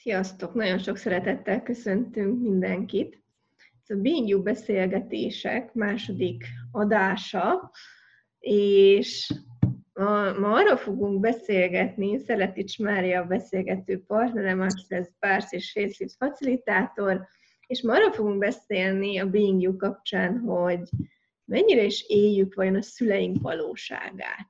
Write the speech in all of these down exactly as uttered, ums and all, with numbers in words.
Sziasztok! Nagyon sok szeretettel köszöntünk mindenkit. Ez a Being You beszélgetések második adása, és ma, ma arra fogunk beszélgetni, Szeletics Mária a beszélgető partnerem, Access Bars és Facelift facilitátor, és ma arra fogunk beszélni a Being You kapcsán, hogy mennyire is éljük vajon a szüleink valóságát.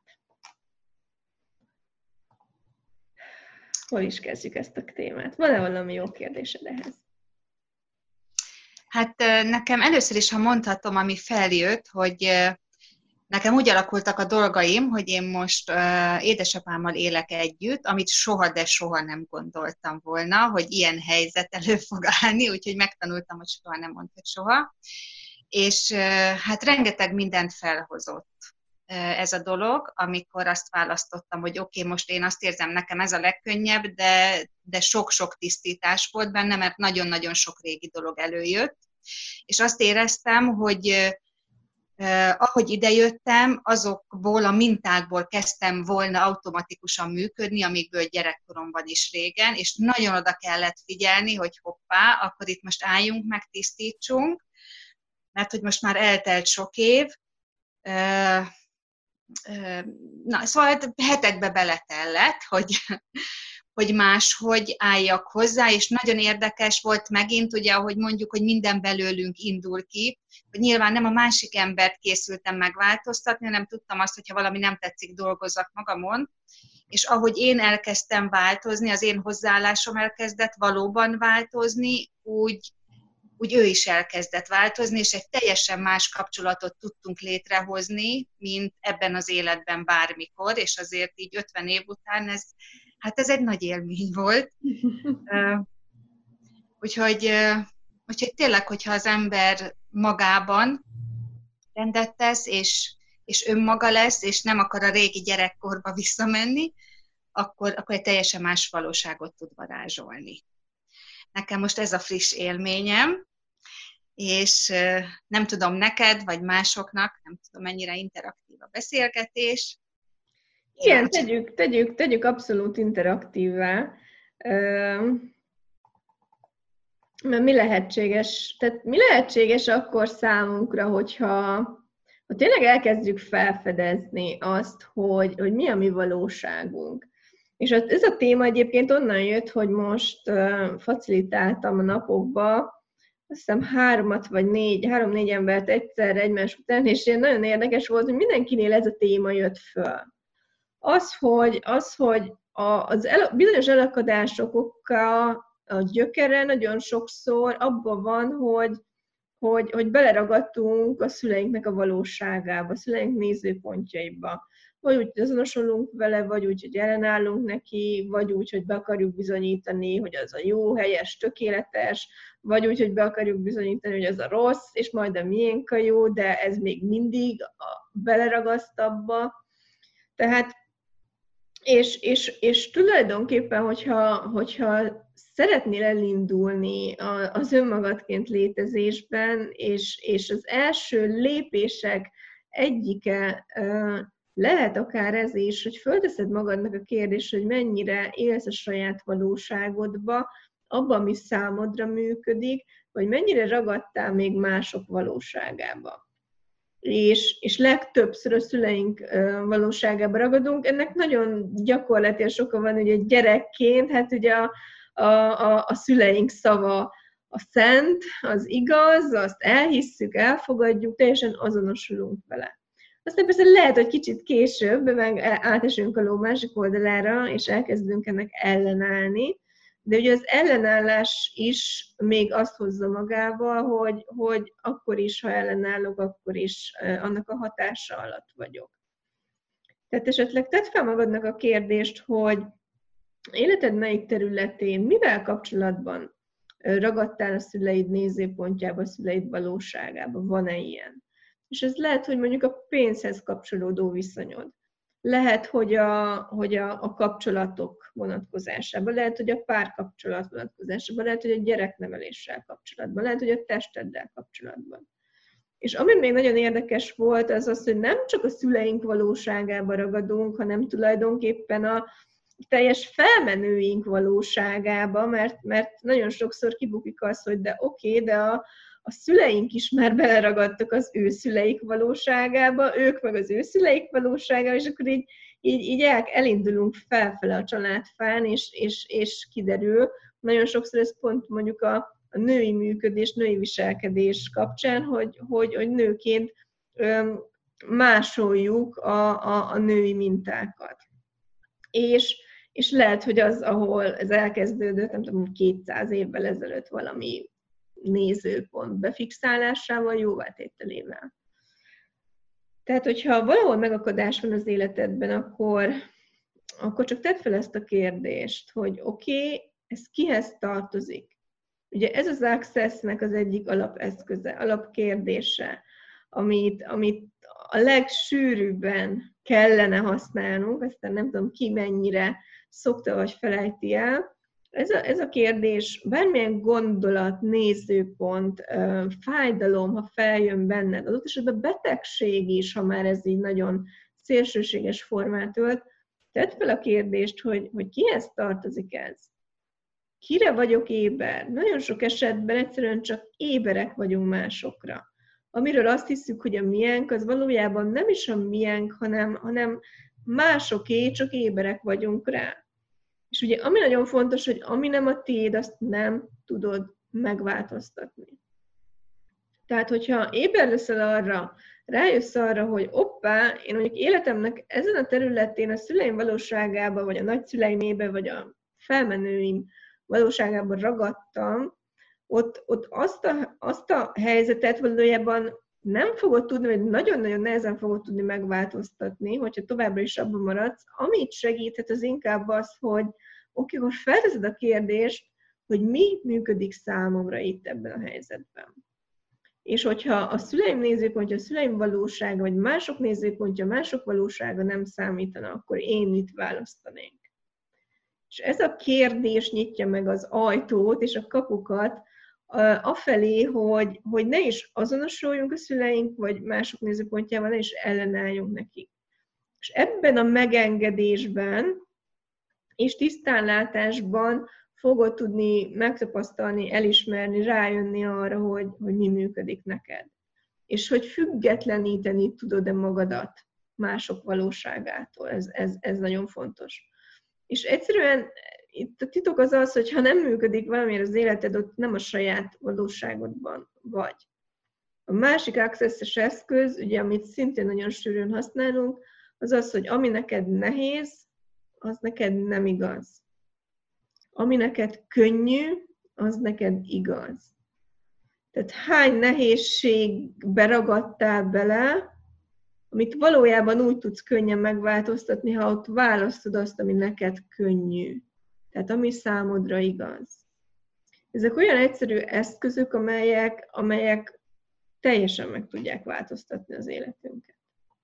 Hol is kezdjük ezt a témát? Van-e valami jó kérdésed ehhez? Hát nekem először is, ha mondhatom, ami feljött, hogy nekem úgy alakultak a dolgaim, hogy én most édesapámmal élek együtt, amit soha, de soha nem gondoltam volna, hogy ilyen helyzet elő fog állni, úgyhogy megtanultam, hogy soha nem mondhat soha. És hát rengeteg mindent felhozott ez a dolog, amikor azt választottam, hogy oké, okay, most én azt érzem, nekem ez a legkönnyebb, de, de sok-sok tisztítás volt benne, mert nagyon-nagyon sok régi dolog előjött. És azt éreztem, hogy eh, ahogy idejöttem, azokból a mintákból kezdtem volna automatikusan működni, amikből gyerekkoromban is régen, és nagyon oda kellett figyelni, hogy hoppá, akkor itt most álljunk meg, tisztítsunk, mert hogy most már eltelt sok év, eh, Na, szóval hetekbe beletellett, hogy, hogy máshogy álljak hozzá, és nagyon érdekes volt megint, ugye, ahogy mondjuk, hogy minden belőlünk indul ki, hogy nyilván nem a másik embert készültem megváltoztatni, hanem tudtam azt, hogyha valami nem tetszik, dolgozzak magamon, és ahogy én elkezdtem változni, az én hozzáállásom elkezdett valóban változni, úgy úgy ő is elkezdett változni, és egy teljesen más kapcsolatot tudtunk létrehozni, mint ebben az életben bármikor, és azért így ötven év után ez, hát ez egy nagy élmény volt. úgyhogy, úgyhogy tényleg, hogyha az ember magában rendet tesz, és, és önmaga lesz, és nem akar a régi gyerekkorba visszamenni, akkor, akkor egy teljesen más valóságot tud varázsolni. Nekem most ez a friss élményem, és nem tudom neked, vagy másoknak, nem tudom mennyire interaktív a beszélgetés. Igen, tegyük, tegyük, tegyük abszolút interaktívvá. Mert mi lehetséges, tehát mi lehetséges akkor számunkra, hogyha ha tényleg elkezdjük felfedezni azt, hogy, hogy mi a mi valóságunk. És ez a téma egyébként onnan jött, hogy most facilitáltam a napokban, azt hiszem háromat vagy négy, három-négy embert egyszerre egymás után, és nagyon érdekes volt, hogy mindenkinél ez a téma jött föl. Az, hogy, az, hogy a, az el, bizonyos elakadások oka a gyökere nagyon sokszor abban van, hogy, hogy, hogy beleragadtunk a szüleinknek a valóságába, a szüleink nézőpontjaiba. Vagy úgy, hogy azonosulunk vele, vagy úgy, hogy ellenállunk neki, vagy úgy, hogy be akarjuk bizonyítani, hogy az a jó, helyes, tökéletes, vagy úgy, hogy be akarjuk bizonyítani, hogy az a rossz, és majd a miénk a jó, de ez még mindig beleragaszt abba. Tehát, és, és, és tulajdonképpen, hogyha, hogyha szeretnél elindulni az önmagadként létezésben, és, és az első lépések egyike lehet akár ez is, hogy fölteszed magadnak a kérdést, hogy mennyire élsz a saját valóságodba, abban, ami számodra működik, vagy mennyire ragadtál még mások valóságába. És, és legtöbbször a szüleink valóságába ragadunk. Ennek nagyon gyakorlatilag oka van, hogy egy gyerekként, hát ugye a, a, a, a szüleink szava a szent, az igaz, azt elhisszük, elfogadjuk, teljesen azonosulunk vele. Aztán persze lehet, hogy kicsit később meg átesünk a ló másik oldalára, és elkezdünk ennek ellenállni, de ugye az ellenállás is még azt hozza magával, hogy, hogy akkor is, ha ellenállok, akkor is annak a hatása alatt vagyok. Tehát esetleg tedd fel magadnak a kérdést, hogy életed melyik területén, mivel kapcsolatban ragadtál a szüleid nézőpontjába, a szüleid valóságába, van-e ilyen? És ez lehet, hogy mondjuk a pénzhez kapcsolódó viszonyod. Lehet, hogy a, hogy a, a kapcsolatok vonatkozásában, lehet, hogy a párkapcsolat vonatkozásában, lehet, hogy a gyerekneveléssel kapcsolatban, lehet, hogy a testeddel kapcsolatban. És ami még nagyon érdekes volt, az az, hogy nem csak a szüleink valóságába ragadunk, hanem tulajdonképpen a teljes felmenőink valóságába, mert, mert nagyon sokszor kibukik az, hogy de oké, okay, de a, a szüleink is már beleragadtak az ő szüleik valóságába, ők meg az ő szüleik valóságába, és akkor így, így, így el, elindulunk felfele a családfán, és, és, és kiderül. Nagyon sokszor ez pont mondjuk a, a női működés, női viselkedés kapcsán, hogy, hogy, hogy nőként öm, másoljuk a, a, a női mintákat. És, és lehet, hogy az, ahol ez elkezdődött, nem tudom, kétszáz évvel ezelőtt valami nézőpont befixálásával, jóvátételével. Tehát, hogyha valahol megakadás van az életedben, akkor, akkor csak tedd fel ezt a kérdést, hogy oké, okay, ez kihez tartozik? Ugye ez az Access-nek az egyik alapeszköze, alapkérdése, amit, amit a legsűrűbben kellene használnunk, aztán nem tudom ki mennyire szokta vagy felejti el. Ez a, ez a kérdés, bármilyen gondolat, nézőpont, fájdalom, ha feljön benned, adott esetben betegség is, ha már ez így nagyon szélsőséges formát ölt, tedd fel a kérdést, hogy, hogy kihez tartozik ez? Kire vagyok éber? Nagyon sok esetben egyszerűen csak éberek vagyunk másokra. Amiről azt hiszük, hogy a miénk, az valójában nem is a miénk, hanem, hanem másoké, csak éberek vagyunk rá. És ugye ami nagyon fontos, hogy ami nem a tiéd, azt nem tudod megváltoztatni. Tehát, hogyha éber leszel arra, rájössz arra, hogy oppá, én mondjuk életemnek ezen a területén a szüleim valóságában, vagy a nagyszüleimében, vagy a felmenőim valóságában ragadtam, ott, ott azt, a, azt a helyzetet valójában nem fogod tudni, vagy nagyon-nagyon nehezen fogod tudni megváltoztatni, hogyha továbbra is abban maradsz. Amit segíthet, az inkább az, hogy oké, akkor felteszed a kérdést, hogy mi működik számomra itt ebben a helyzetben. És hogyha a szüleim nézőpontja, a szüleim valósága, vagy mások nézőpontja, mások valósága nem számítana, akkor én mit választanék. És ez a kérdés nyitja meg az ajtót és a kapukat afelé, hogy, hogy ne is azonosuljunk a szüleink, vagy mások nézőpontjával, ne is ellenálljunk nekik. És ebben a megengedésben és tisztánlátásban fogod tudni megtapasztalni, elismerni, rájönni arra, hogy, hogy mi működik neked. És hogy függetleníteni tudod-e magadat mások valóságától. Ez, ez, ez nagyon fontos. És egyszerűen itt a titok az az, hogy ha nem működik valamiért az életed, ott nem a saját valóságodban vagy. A másik access-es eszköz, ugye, amit szintén nagyon sűrűn használunk, az az, hogy ami neked nehéz, az neked nem igaz. Ami neked könnyű, az neked igaz. Tehát hány nehézségbe ragadtál bele, amit valójában úgy tudsz könnyen megváltoztatni, ha ott választod azt, ami neked könnyű. Tehát ami számodra igaz. Ezek olyan egyszerű eszközök, amelyek, amelyek teljesen meg tudják változtatni az életünket.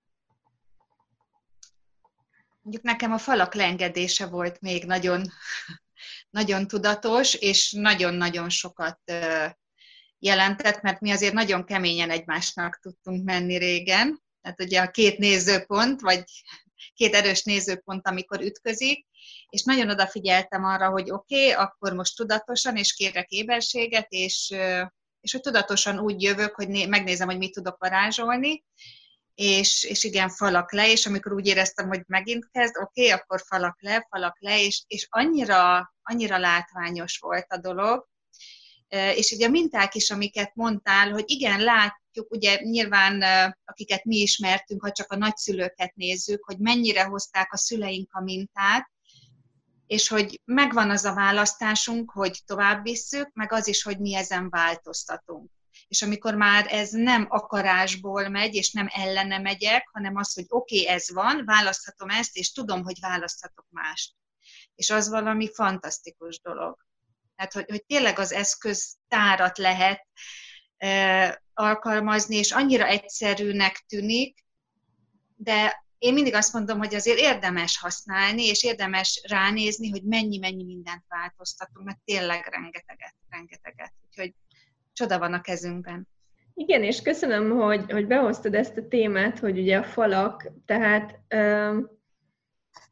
Mondjuk nekem a falak leengedése volt még nagyon, nagyon tudatos, és nagyon-nagyon sokat jelentett, mert mi azért nagyon keményen egymásnak tudtunk menni régen. Tehát ugye a két nézőpont, vagy két erős nézőpont, amikor ütközik, és nagyon odafigyeltem arra, hogy oké, okay, akkor most tudatosan, és kérek éberséget, és, és hogy tudatosan úgy jövök, hogy né- megnézem, hogy mit tudok varázsolni, és, és igen, falak le, és amikor úgy éreztem, hogy megint kezd, oké, okay, akkor falak le, falak le, és, és annyira, annyira látványos volt a dolog, és ugye a minták is, amiket mondtál, hogy igen, látjuk, ugye nyilván akiket mi ismertünk, ha csak a nagyszülőket nézzük, hogy mennyire hozták a szüleink a mintát, és hogy megvan az a választásunk, hogy tovább visszük, meg az is, hogy mi ezen változtatunk. És amikor már ez nem akarásból megy, és nem ellene megyek, hanem az, hogy oké, okay, ez van, választhatom ezt, és tudom, hogy választhatok mást. És az valami fantasztikus dolog. Tehát, hogy, hogy tényleg az eszköztárat lehet e, alkalmazni, és annyira egyszerűnek tűnik, de én mindig azt mondom, hogy azért érdemes használni, és érdemes ránézni, hogy mennyi-mennyi mindent változtatunk, mert tényleg rengeteget, rengeteget. Úgyhogy csoda van a kezünkben. Igen, és köszönöm, hogy, hogy behoztad ezt a témát, hogy ugye a falak, tehát um,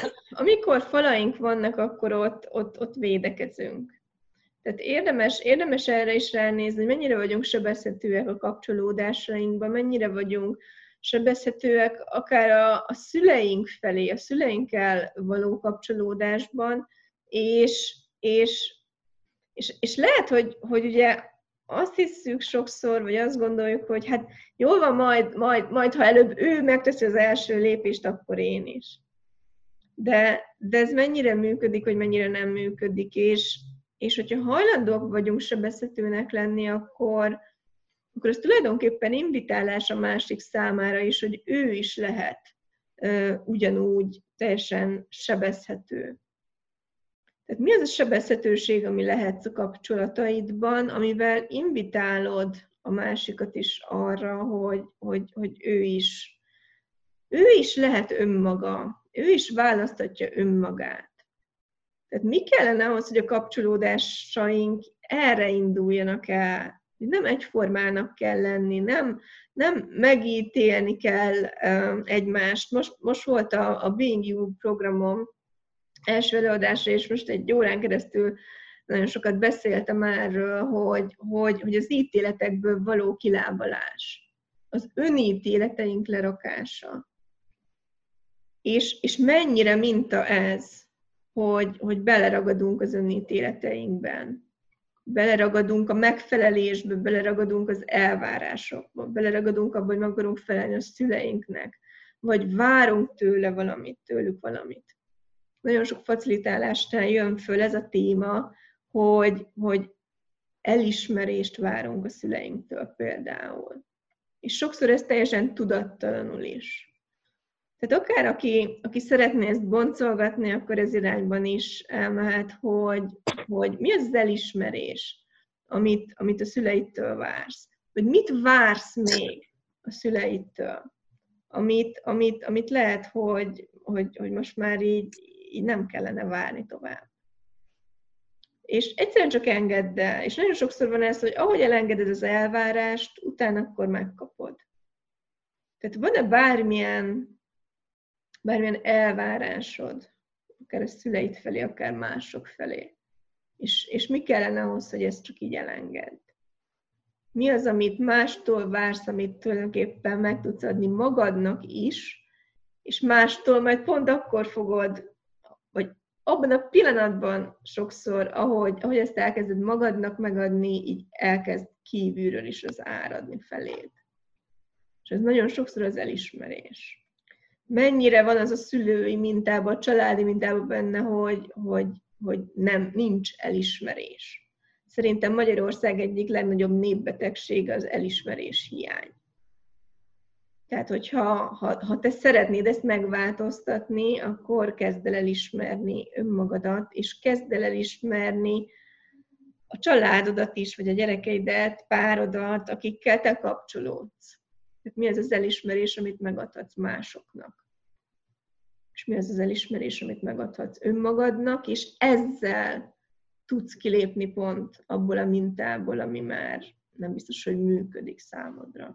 amikor falaink vannak, akkor ott, ott, ott védekezünk. Tehát érdemes, érdemes erre is ránézni, hogy mennyire vagyunk sebezhetőek a kapcsolódásainkban, mennyire vagyunk sebezhetőek akár a, a szüleink felé, a szüleinkkel való kapcsolódásban, és, és, és, és lehet, hogy, hogy ugye azt hiszük sokszor, vagy azt gondoljuk, hogy hát jól van, majd, majd, majd ha előbb ő megteszi az első lépést, akkor én is. De, de ez mennyire működik, vagy mennyire nem működik, és, és hogyha hajlandók vagyunk sebezhetőnek lenni, akkor, akkor ez tulajdonképpen invitálás a másik számára is, hogy ő is lehet uh, ugyanúgy teljesen sebezhető. Tehát mi az a sebezhetőség, ami lehetsz a kapcsolataidban, amivel invitálod a másikat is arra, hogy, hogy, hogy ő is, ő is lehet önmaga, ő is választhatja önmagát. Tehát mi kellene ahhoz, hogy a kapcsolódásaink erre induljanak el? Nem egyformának kell lenni, nem, nem megítélni kell egymást. Most, most volt a, a Being You programom első előadásra, és most egy órán keresztül nagyon sokat beszéltem erről, hogy, hogy, hogy az ítéletekből való kilábalás, az önítéleteink lerakása. És, és mennyire minta ez, hogy, hogy beleragadunk az önítéleteinkben. Beleragadunk a megfelelésbe, beleragadunk az elvárásokba, beleragadunk abba, hogy meg akarunk felelni a szüleinknek, vagy várunk tőle valamit, tőlük valamit. Nagyon sok facilitálásnál jön föl ez a téma, hogy, hogy elismerést várunk a szüleinktől például. És sokszor ez teljesen tudattalanul is. Tehát akár aki, aki szeretné ezt boncolgatni, akkor ez irányban is elmehet, hogy, hogy mi az az elismerés, amit, amit a szüleitől vársz. Vagy mit vársz még a szüleitől, amit, amit, amit lehet, hogy, hogy, hogy most már így, így nem kellene várni tovább. És egyszerűen csak engedd el. És nagyon sokszor van ez, hogy ahogy elengeded az elvárást, utána akkor megkapod. Tehát van-e bármilyen bármilyen elvárásod, akár a szüleid felé, akár mások felé. És, és mi kellene ahhoz, hogy ezt csak így elengedd? Mi az, amit mástól vársz, amit tulajdonképpen meg tudsz adni magadnak is, és mástól majd pont akkor fogod, vagy abban a pillanatban sokszor, ahogy, ahogy ezt elkezded magadnak megadni, így elkezd kívülről is az áradni feléd. És ez nagyon sokszor az elismerés. Mennyire van az a szülői mintában, a családi mintában benne, hogy, hogy, hogy nem, nincs elismerés. Szerintem Magyarország egyik legnagyobb népbetegsége az elismerés hiány. Tehát, hogyha ha, ha te szeretnéd ezt megváltoztatni, akkor kezd el elismerni önmagadat, és kezd el elismerni a családodat is, vagy a gyerekeidet, párodat, akikkel te kapcsolódsz. Tehát mi az az elismerés, amit megadhatsz másoknak? És mi az az elismerés, amit megadhatsz önmagadnak, és ezzel tudsz kilépni pont abból a mintából, ami már nem biztos, hogy működik számodra.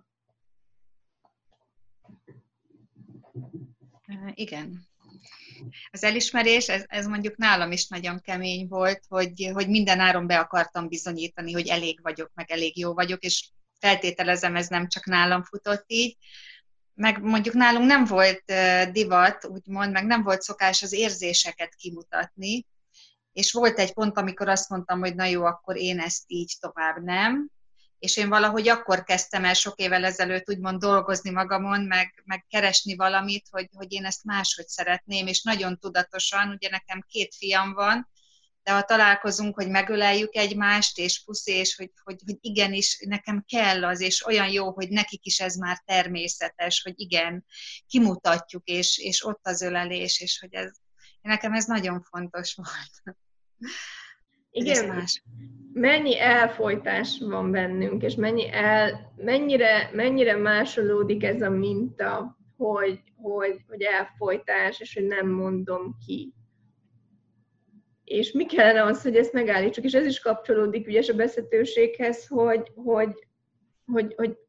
Igen. Az elismerés, ez, ez mondjuk nálam is nagyon kemény volt, hogy, hogy minden áron be akartam bizonyítani, hogy elég vagyok, meg elég jó vagyok, és feltételezem, ez nem csak nálam futott így, meg mondjuk nálunk nem volt divat, úgymond, meg nem volt szokás az érzéseket kimutatni, és volt egy pont, amikor azt mondtam, hogy na jó, akkor én ezt így tovább nem, és én valahogy akkor kezdtem el sok évvel ezelőtt úgymond dolgozni magamon, meg, meg keresni valamit, hogy, hogy én ezt máshogy szeretném, és nagyon tudatosan, ugye nekem két fiam van, de ha találkozunk, hogy megöleljük egymást, és puszi, és hogy, hogy, hogy igenis nekem kell az, és olyan jó, hogy nekik is ez már természetes, hogy igen, kimutatjuk, és, és ott az ölelés, és hogy ez, nekem ez nagyon fontos volt. Igen, mennyi elfojtás van bennünk, és mennyi el, mennyire, mennyire másolódik ez a minta, hogy, hogy, hogy elfojtás, és hogy nem mondom ki. És mi kellene az, hogy ezt megállítsuk, és ez is kapcsolódik ugye a beszélőséghez, hogy, hogy, hogy, hogy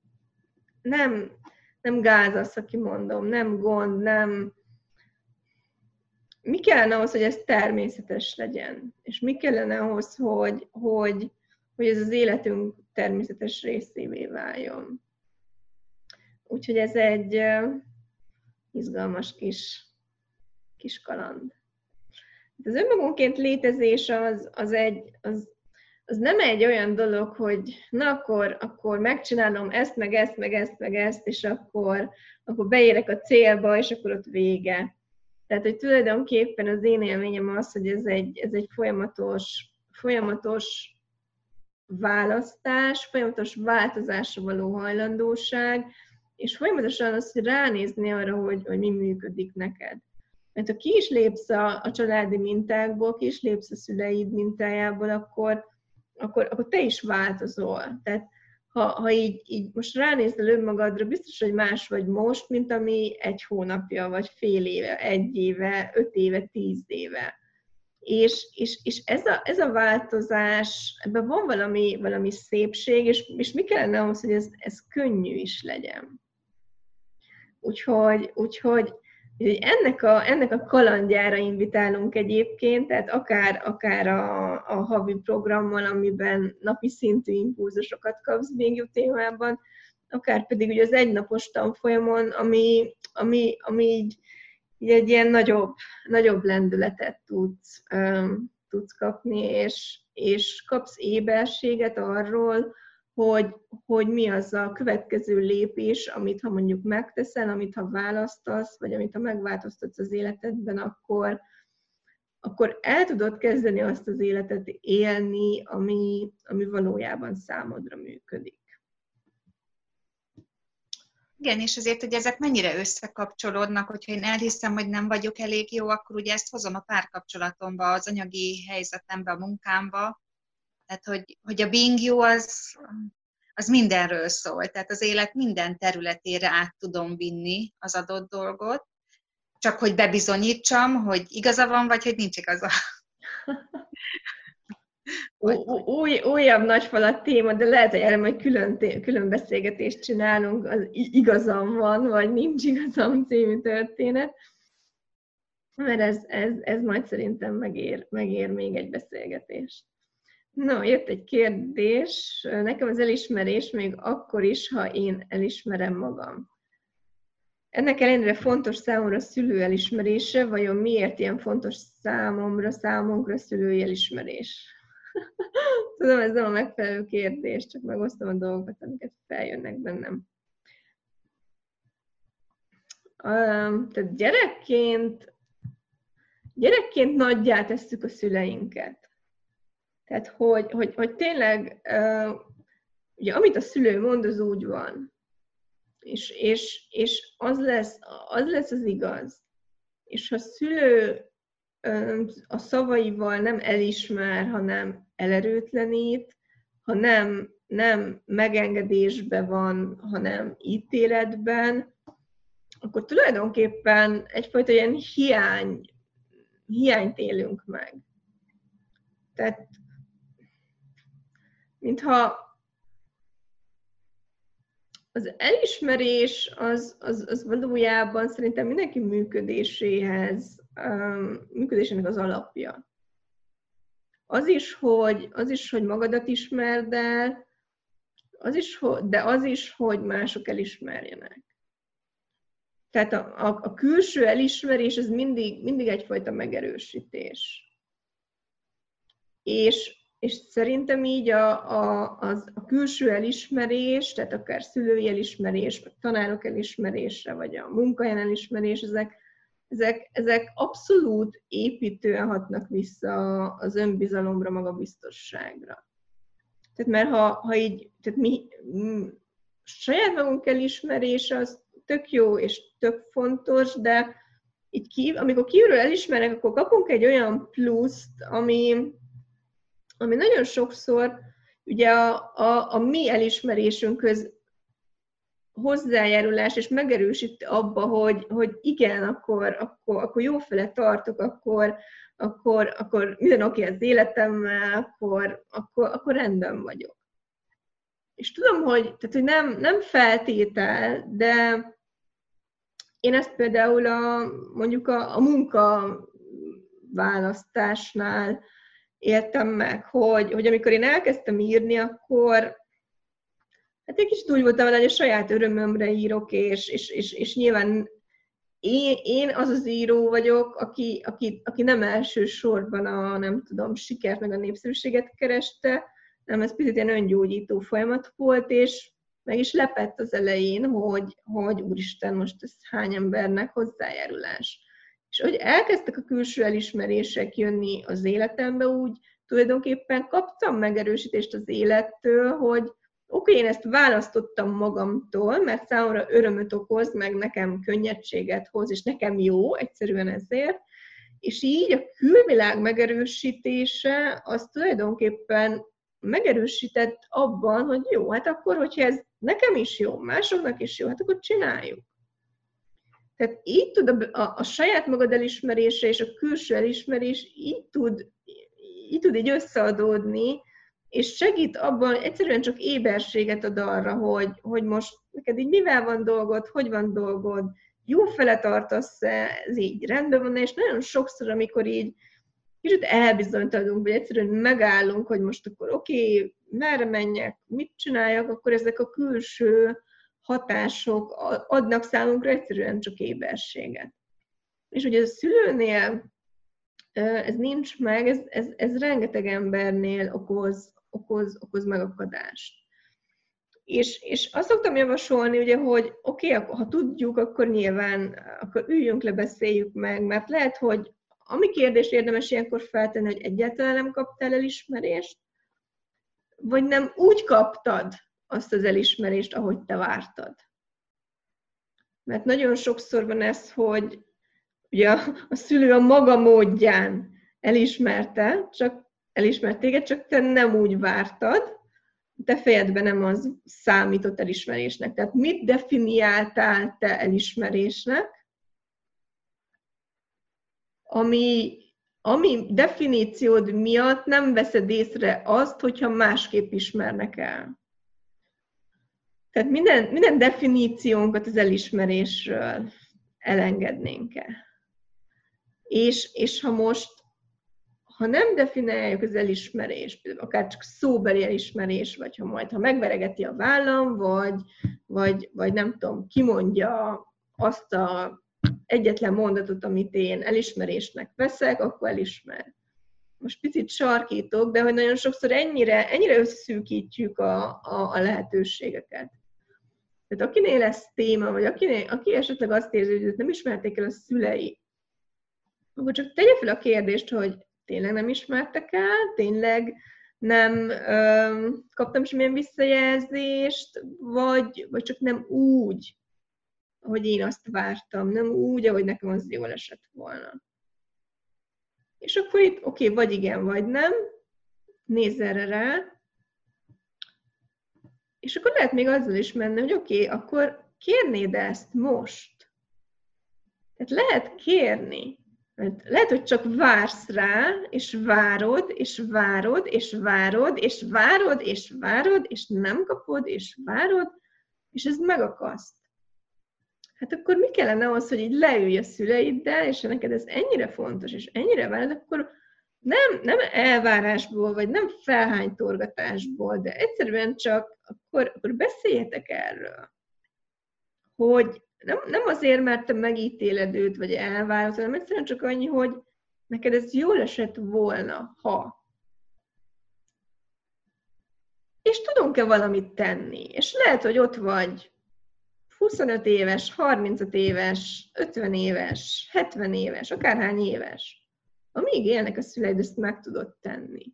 nem, nem gáz az, aki mondom, nem gond, nem, mi kellene ahhoz, hogy ez természetes legyen? És mi kellene ahhoz, hogy, hogy, hogy ez az életünk természetes részévé váljon? Úgyhogy ez egy izgalmas kis, kis kaland. Az önmagunként létezés az, az, egy, az, az nem egy olyan dolog, hogy na akkor, akkor megcsinálom ezt, meg ezt, meg ezt, meg ezt, és akkor, akkor beérek a célba, és akkor ott vége. Tehát, hogy tulajdonképpen az én élményem az, hogy ez egy, ez egy folyamatos, folyamatos választás, folyamatos változásra való hajlandóság, és folyamatosan az, hogy ránézni arra, hogy, hogy mi működik neked. Mert ha ki is lépsz a, a családi mintákból, ki is lépsz a szüleid mintájából, akkor, akkor, akkor te is változol. Tehát ha, ha így, így most ránézel önmagadra, biztos, hogy más vagy most, mint ami egy hónapja, vagy fél éve, egy éve, öt éve, tíz éve. És, és, és ez, a, ez a változás, ebben van valami, valami szépség, és, és mi kellene ahhoz, hogy ez, ez könnyű is legyen. Úgyhogy, úgyhogy ennek a, ennek a kalandjára invitálunk egyébként, tehát akár, akár a, a havi programmal, amiben napi szintű impulzusokat kapsz BingYou témában, akár pedig ugye az egynapos tanfolyamon, ami, ami, ami így, így egy ilyen nagyobb, nagyobb lendületet tudsz, um, tudsz kapni, és, és kapsz éberséget arról, hogy, hogy mi az a következő lépés, amit ha mondjuk megteszel, amit ha választasz, vagy amit ha megváltoztatsz az életedben, akkor, akkor el tudod kezdeni azt az életet élni, ami, ami valójában számodra működik. Igen, és azért, hogy ezek mennyire összekapcsolódnak, hogyha én elhiszem, hogy nem vagyok elég jó, akkor ugye ezt hozom a párkapcsolatomba, az anyagi helyzetembe, a munkámba. Tehát, hogy, hogy a BingYou az, az mindenről szól. Tehát az élet minden területére át tudom vinni az adott dolgot, csak hogy bebizonyítsam, hogy igaza van, vagy hogy nincs igaza. Új, újabb nagyfalat téma, de lehet, hogy erre majd külön, külön beszélgetést csinálunk, az igazam van, vagy nincs igazam című történet. Mert ez, ez, ez majd szerintem megér, megér még egy beszélgetést. No, jött egy kérdés. Nekem az elismerés még akkor is, ha én elismerem magam. Ennek ellenére fontos számomra a szülő elismerése, vajon miért ilyen fontos számomra, számunkra a szülői elismerés? Tudom, ez nem a megfelelő kérdés, csak megosztom a dolgokat, amiket feljönnek bennem. Tehát gyerekként, gyerekként nagyjá tesszük a szüleinket. Tehát, hogy, hogy, hogy tényleg, ugye, amit a szülő mond, az úgy van. És, és, és az, lesz, az lesz az igaz. És ha a szülő a szavaival nem elismer, hanem elerőtlenít, ha nem, nem megengedésben van, hanem ítéletben, akkor tulajdonképpen egyfajta ilyen hiány, hiányt élünk meg. Tehát, mintha az elismerés az, az, az valójában szerintem mindenki működéséhez, um, működésének az alapja. Az is, hogy, az is, hogy magadat ismerd el, az is, hogy, de az is, hogy mások elismerjenek. Tehát a, a, a külső elismerés az mindig, mindig egyfajta megerősítés. És És szerintem így a, a, az, a külső elismerés, tehát akár szülői elismerés, vagy tanárok elismerése, vagy a munkahelyen elismerés, ezek, ezek, ezek abszolút építően hatnak vissza az önbizalomra, magabiztosságra. Tehát mert ha, ha így, tehát mi, mi saját magunk elismerése az tök jó és tök fontos, de így kív, amikor kívülről elismernek, akkor kapunk egy olyan pluszt, ami ami nagyon sokszor ugye a, a, a mi elismerésünkhöz hozzájárulás és megerősít abba, hogy, hogy igen, akkor, akkor, akkor jófele tartok, akkor, akkor, akkor minden oké az életemmel, akkor, akkor, akkor rendben vagyok. És tudom, hogy, tehát, hogy nem, nem feltétel, de én ezt például a, mondjuk a, a munka választásnál éltem meg, hogy, hogy amikor én elkezdtem írni, akkor hát egy kicsit úgy voltam, hogy a saját örömömre írok, és, és, és, és nyilván én, én az az író vagyok, aki, aki, aki nem elsősorban a, nem tudom, sikert meg a népszerűséget kereste, nem, ez picit ilyen öngyógyító folyamat volt, és meg is lepett az elején, hogy, hogy úristen, most ez hány embernek hozzájárulás. És hogy elkezdtek a külső elismerések jönni az életembe, úgy tulajdonképpen kaptam megerősítést az élettől, hogy oké, okay, én ezt választottam magamtól, mert számomra örömöt okoz, meg nekem könnyedséget hoz, és nekem jó, egyszerűen ezért. És így a külvilág megerősítése az tulajdonképpen megerősített abban, hogy jó, hát akkor, hogyha ez nekem is jó, másoknak is jó, hát akkor csináljuk. Tehát így tud a, a, a saját magad elismerése és a külső elismerés így tud, így tud így összeadódni, és segít abban, egyszerűen csak éberséget ad arra, hogy, hogy most neked így mivel van dolgod, hogy van dolgod, jó fele tartasz-e, ez így rendben van, és nagyon sokszor, amikor így kicsit elbizonytalanodunk, vagy egyszerűen megállunk, hogy most akkor oké, okay, merre menjek, mit csináljak, akkor ezek a külső hatások adnak számunkra egyszerűen csak éberséget. És ugye a szülőnél ez nincs meg, ez, ez, ez rengeteg embernél okoz, okoz, okoz megakadást. És, és azt szoktam javasolni, ugye, hogy oké, okay, ha tudjuk, akkor nyilván akkor üljünk le, beszéljük meg, mert lehet, hogy ami kérdés érdemes ilyenkor feltenni, hogy egyáltalán nem kaptál elismerést, vagy nem úgy kaptad azt az elismerést, ahogy te vártad. Mert nagyon sokszor van ez, hogy ugye a, a szülő a maga módján elismerte, csak elismert téged, csak te nem úgy vártad, te fejedben nem az számított elismerésnek. Tehát mit definiáltál te elismerésnek, ami, ami definíciód miatt nem veszed észre azt, hogyha másképp ismernek el. Tehát minden, minden definíciónkat az elismerésről elengednénk-e. És, és ha most, ha nem definiáljuk az elismerést, akár csak szóbeli elismerés, vagy ha majd, ha megveregeti a vállam, vagy, vagy, vagy nem tudom, kimondja azt a egyetlen mondatot, amit én elismerésnek veszek, akkor elismer. Most picit sarkítok, de hogy nagyon sokszor ennyire, ennyire összeszűkítjük a, a, a lehetőségeket. Tehát akinél ez téma, vagy akinél, aki esetleg azt érzi, hogy nem ismerték el a szülei, akkor csak tegye fel a kérdést, hogy tényleg nem ismertek el, tényleg nem ö, kaptam semmilyen visszajelzést, vagy, vagy csak nem úgy, ahogy én azt vártam, nem úgy, ahogy nekem az jól esett volna. És akkor itt, oké, okay, vagy igen, vagy nem, nézz erre rá, és akkor lehet még azzal is menni, hogy oké, okay, akkor kérnéd ezt most. Tehát lehet kérni. Lehet, hogy csak vársz rá, és várod, és várod, és várod, és várod, és várod, és nem kapod, és várod, és ez megakaszt. Hát akkor mi kellene ahhoz, hogy így leülj a szüleiddel, és ha neked ez ennyire fontos, és ennyire várod, akkor nem, nem elvárásból, vagy nem felhánytorgatásból, de egyszerűen csak akkor, akkor beszéljetek erről. Hogy nem, nem azért, mert te megítéled őt, vagy elvárod, hanem egyszerűen csak annyi, hogy neked ez jól esett volna, ha. És tudunk-e valamit tenni? És lehet, hogy ott vagy huszonöt éves, harmincöt éves, ötven éves, hetven éves, akárhány éves. Amíg élnek a szüleid, ezt meg tudod tenni.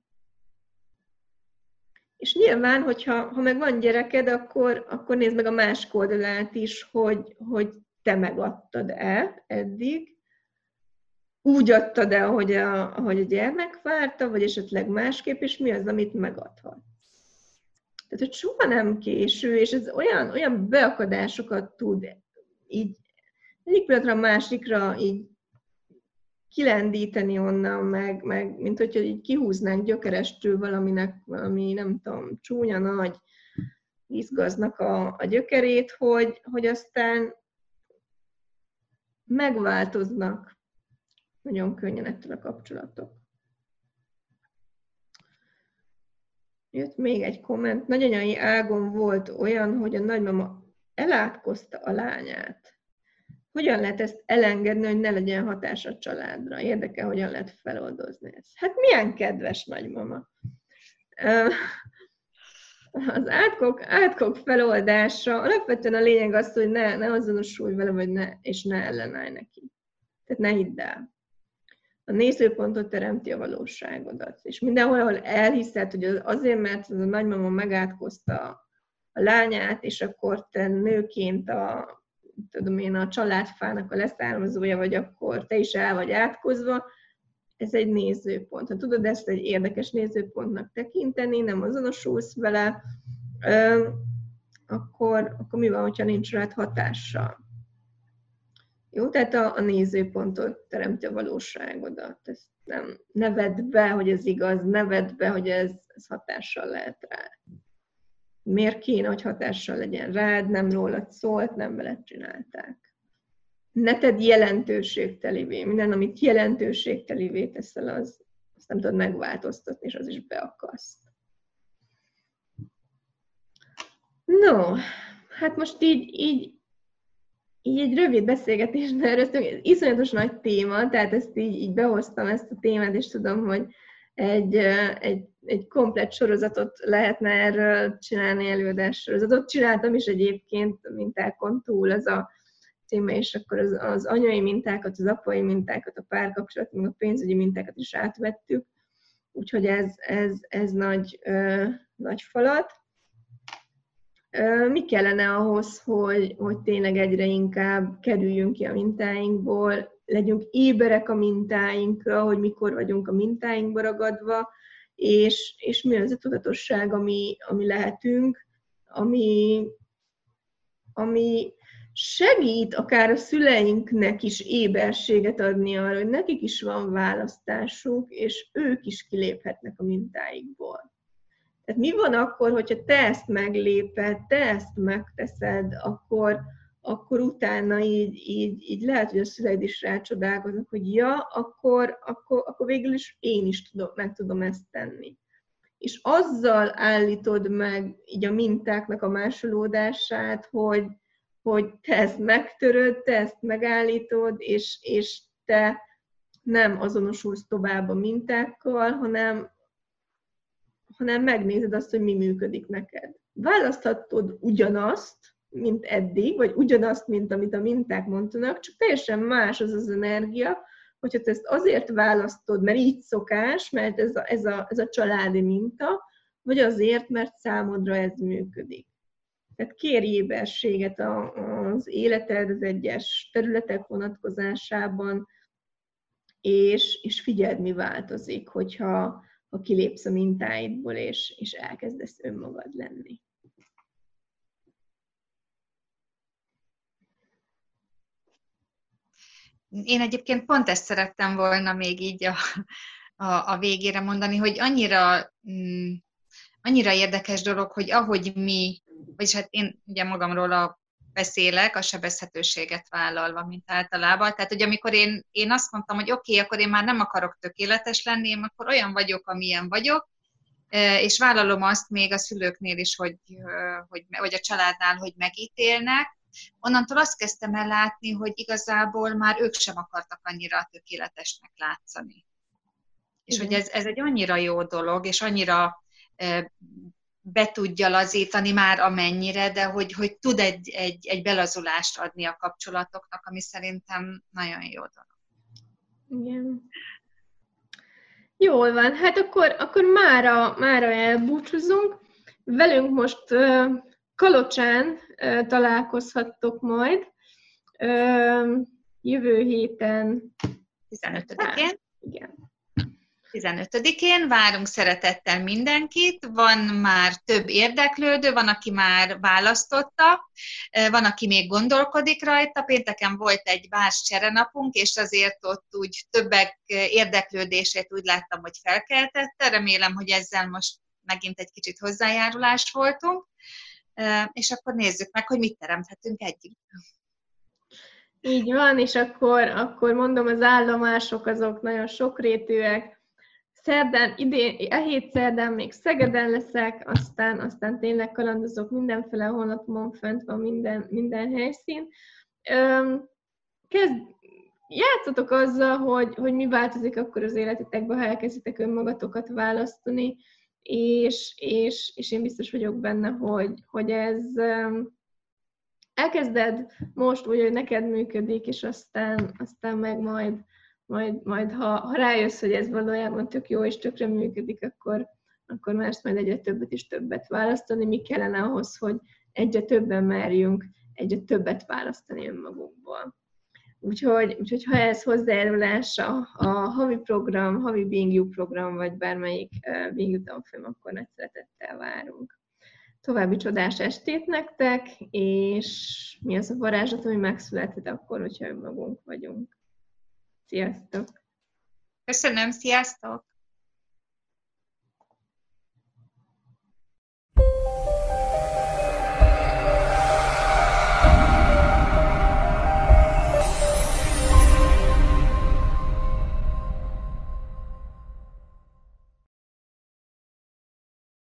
És nyilván, hogyha ha meg van gyereked, akkor, akkor nézd meg a másik oldalát is, hogy, hogy te megadtad-e eddig, úgy adtad-e, ahogy a, ahogy a gyermek várta, vagy esetleg másképp, és mi az, amit megadhat. Tehát, hogy soha nem késő, és ez olyan, olyan beakadásokat tud így egyik pillanatra a másikra így kilendíteni onnan, meg, meg mint hogyha így kihúznánk gyökerestől valaminek, valami, nem tudom, csúnya nagy izgaznak a, a gyökerét, hogy, hogy aztán megváltoznak. nagyon könnyen ettől a kapcsolatok. Jött még egy komment. Nagyanyai ágon volt olyan, hogy a nagymama elátkozta a lányát. Hogyan lehet ezt elengedni, hogy ne legyen hatás a családra? Érdekel, hogyan lehet feloldozni ezt. Hát milyen kedves nagymama. Az átkok, átkok feloldása, alapvetően a lényeg az, hogy ne, ne azonosulj vele, vagy ne, és ne ellenállj neki. Tehát ne hidd el. A nézőpontot teremti a valóságodat. És mindenhol, ahol elhiszed, hogy azért, mert az a nagymama megátkozta a lányát, és akkor te nőként a, tudom én, a családfának a leszármazója vagy, akkor te is el vagy átkozva, ez egy nézőpont. Ha tudod ezt egy érdekes nézőpontnak tekinteni, nem azonosulsz vele, akkor, akkor mi van, hogyha nincs rád hatással? Jó, tehát a, a nézőpontot teremti a valóságodat. Ezt nem, ne vedd be, hogy ez igaz, ne vedd be, hogy ez, ez hatással lehet rád. Miért kéne, hogy hatással legyen rád, nem rólad szólt, nem veled csinálták. Ne tedd jelentőségtelivé. Minden, amit jelentőségtelivé teszel, az, azt nem tudod megváltoztatni, és az is beakaszt. No, hát most így, így, így egy rövid beszélgetést erőztünk, ez iszonyatos nagy téma, tehát ezt így, így behoztam ezt a témát, és tudom, hogy egy, egy, egy komplett sorozatot lehetne erről csinálni, előadás sorozatot. Csináltam is egyébként mintákon túl, az a címe, és akkor az, az anyai mintákat, az apai mintákat, a párkapcsolat, meg a pénzügyi mintákat is átvettük, úgyhogy ez, ez, ez nagy, ö, nagy falat. Ö, mi kellene ahhoz, hogy, hogy tényleg egyre inkább kerüljünk ki a mintáinkból, legyünk éberek a mintáinkra, hogy mikor vagyunk a mintáinkba ragadva, és, és mi az a tudatosság, ami, ami lehetünk, ami, ami segít akár a szüleinknek is éberséget adni arra, hogy nekik is van választásuk, és ők is kiléphetnek a mintáikból. Tehát mi van akkor, hogyha te ezt megléped, te ezt megteszed, akkor, akkor utána így, így, így lehet, hogy a szüleid is rácsodálkoznak, hogy ja, akkor, akkor, akkor végül is én is tudom, meg tudom ezt tenni. És azzal állítod meg így a mintáknak a másolódását, hogy, hogy te ezt megtöröd, te ezt megállítod, és, és te nem azonosulsz tovább a mintákkal, hanem, hanem megnézed azt, hogy mi működik neked. Választhatod ugyanazt, mint eddig, vagy ugyanazt, mint amit a minták mondanak, csak teljesen más az az energia, hogyha te ezt azért választod, mert így szokás, mert ez a, ez a, ez a családi minta, vagy azért, mert számodra ez működik. Tehát kérj éberséget az életed, az egyes területek vonatkozásában, és, és figyeld, mi változik, hogyha ha kilépsz a mintáidból, és, és elkezdesz önmagad lenni. Én egyébként pont ezt szerettem volna még így a, a, a végére mondani, hogy annyira, mm, annyira érdekes dolog, hogy ahogy mi, vagyis hát én ugye magamról a, beszélek, a sebezhetőséget vállalva, mint általában. Tehát, hogy amikor én, én azt mondtam, hogy oké, okay, akkor én már nem akarok tökéletes lenni, én akkor olyan vagyok, amilyen vagyok, és vállalom azt még a szülőknél is, hogy, hogy, vagy a családnál, hogy megítélnek. Onnantól azt kezdtem el látni, hogy igazából már ők sem akartak annyira tökéletesnek látszani. És hogy ez, ez egy annyira jó dolog, és annyira e, be tudja lazítani már amennyire, de hogy, hogy tud egy, egy, egy belazulást adni a kapcsolatoknak, ami szerintem nagyon jó dolog. Igen. Jól van, hát akkor, akkor mára, mára elbúcsúzunk. Velünk most uh, Kalocsán uh, találkozhattok majd. Uh, jövő héten tizenötödikén. Igen. tizenötödikén várunk szeretettel mindenkit, van már több érdeklődő, van, aki már választotta, van, aki még gondolkodik rajta. Pénteken volt egy bárs cserenapunk, és azért ott úgy többek érdeklődését úgy láttam, hogy felkeltette. Remélem, hogy ezzel most megint egy kicsit hozzájárulás voltunk, és akkor nézzük meg, hogy mit teremthetünk együtt. Így van, és akkor, akkor mondom, az állomások azok nagyon sokrétűek. Szerdán, idén, e hét szerdán még Szegeden leszek, aztán, aztán tényleg kalandozok mindenféle, a honlapomon fönt van minden, minden helyszín. Öm, kezd, játszatok azzal, hogy, hogy mi változik akkor az életetekben, ha elkezditek önmagatokat választani, és, és, és én biztos vagyok benne, hogy, hogy ez elkezded most úgy, hogy neked működik, és aztán, aztán meg majd, majd, majd ha, ha rájössz, hogy ez valójában tök jó és tökre működik, akkor, akkor mersz majd egyre többet és többet választani. Mi kellene ahhoz, hogy egyre többen merjünk egyre többet választani önmagunkból. Úgyhogy, úgyhogy ha ez hozzájárulás a, a havi program, havi Being You program, vagy bármelyik uh, Being You tanfolyam, akkor nagy szeretettel várunk. További csodás estét nektek, és mi az a varázslat, ami megszülethet akkor, hogyha önmagunk vagyunk. Sziasztok! Köszönöm, sziasztok!